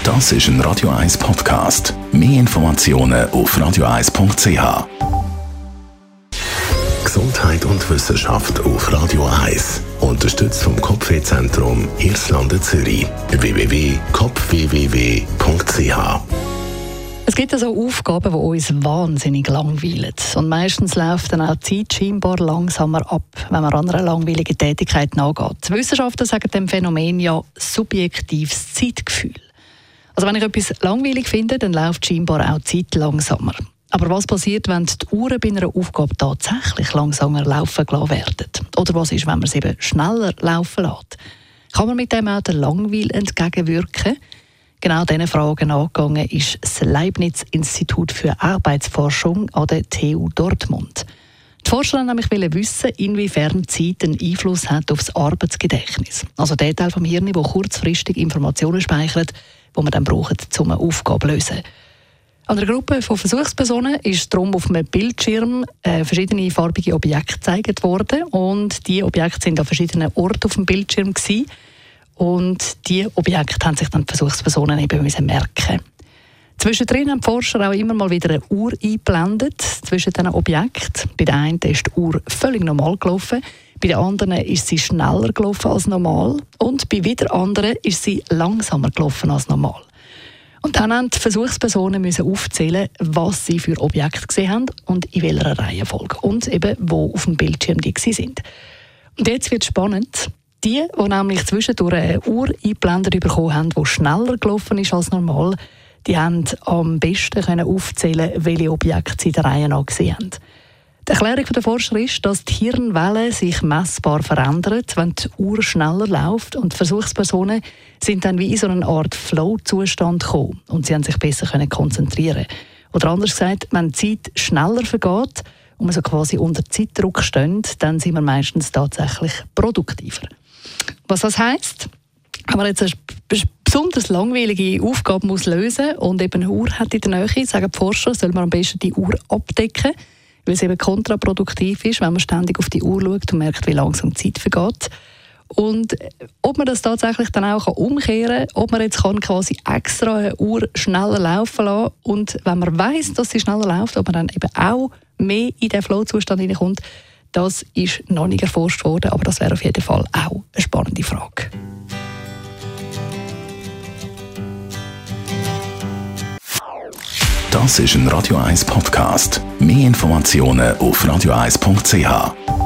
Das ist ein Radio 1 Podcast. Mehr Informationen auf radio1.ch. Gesundheit und Wissenschaft auf Radio 1. Unterstützt vom Kopfwehzentrum Irlande Zürich. www.kopfwww.ch. Es gibt also Aufgaben, die uns wahnsinnig langweilen. Und meistens läuft dann auch die Zeit scheinbar langsamer ab, wenn man an einer langweiligen Tätigkeit nachgeht. Wissenschaftler sagen dem Phänomen ja subjektives Zeitgefühl. Also wenn ich etwas langweilig finde, dann läuft scheinbar auch die Zeit langsamer. Aber was passiert, wenn die Uhren bei einer Aufgabe tatsächlich langsamer laufen gelassen werden? Oder was ist, wenn man sie eben schneller laufen lässt? Kann man mit dem auch der Langweil entgegenwirken? Genau diesen Fragen angegangen ist das Leibniz-Institut für Arbeitsforschung an der TU Dortmund. Die Forscher wollten nämlich wissen, inwiefern Zeit einen Einfluss hat auf das Arbeitsgedächtnis. Also der Teil vom Hirn, der kurzfristig Informationen speichert, die man dann braucht, um eine Aufgabe zu lösen. An einer Gruppe von Versuchspersonen ist darum auf einem Bildschirm verschiedene farbige Objekte gezeigt worden. Und diese Objekte sind an verschiedenen Orten auf dem Bildschirm gewesen. Und diese Objekte haben sich dann die Versuchspersonen eben merken. Zwischendrin haben die Forscher auch immer mal wieder eine Uhr eingeblendet zwischen diesen Objekten. Bei der einen ist die Uhr völlig normal gelaufen, bei der anderen ist sie schneller gelaufen als normal und bei wieder anderen ist sie langsamer gelaufen als normal. Und dann haben die Versuchspersonen müssen aufzählen, was sie für Objekte gesehen haben und in welcher Reihenfolge und eben wo auf dem Bildschirm die sind. Und jetzt wird es spannend. Die nämlich zwischendurch eine Uhr eingeblendet bekommen haben, die schneller gelaufen ist als normal, die haben am besten aufzählen, welche Objekte sie der Reihe nach gesehen haben. Die Erklärung der Forscher ist, dass die Hirnwellen sich messbar verändern, wenn die Uhr schneller läuft, und die Versuchspersonen sind dann wie in so eine Art Flow-Zustand gekommen und sie haben sich besser konzentrieren. Oder anders gesagt, wenn die Zeit schneller vergeht und wir so quasi unter Zeitdruck stehen, dann sind wir meistens tatsächlich produktiver. Was das heisst, wenn man jetzt eine besonders langweilige Aufgabe muss lösen und eben eine Uhr hat in der Nähe, sagen die Forscher, soll man am besten die Uhr abdecken, weil es eben kontraproduktiv ist, wenn man ständig auf die Uhr schaut und merkt, wie langsam die Zeit vergeht. Und ob man das tatsächlich dann auch umkehren kann, ob man jetzt quasi extra eine Uhr schneller laufen lassen und wenn man weiss, dass sie schneller läuft, ob man dann eben auch mehr in den Flow-Zustand hineinkommt, das ist noch nicht erforscht worden, aber das wäre auf jeden Fall auch eine spannende Frage. Das ist ein Radio 1 Podcast. Mehr Informationen auf radio1.ch.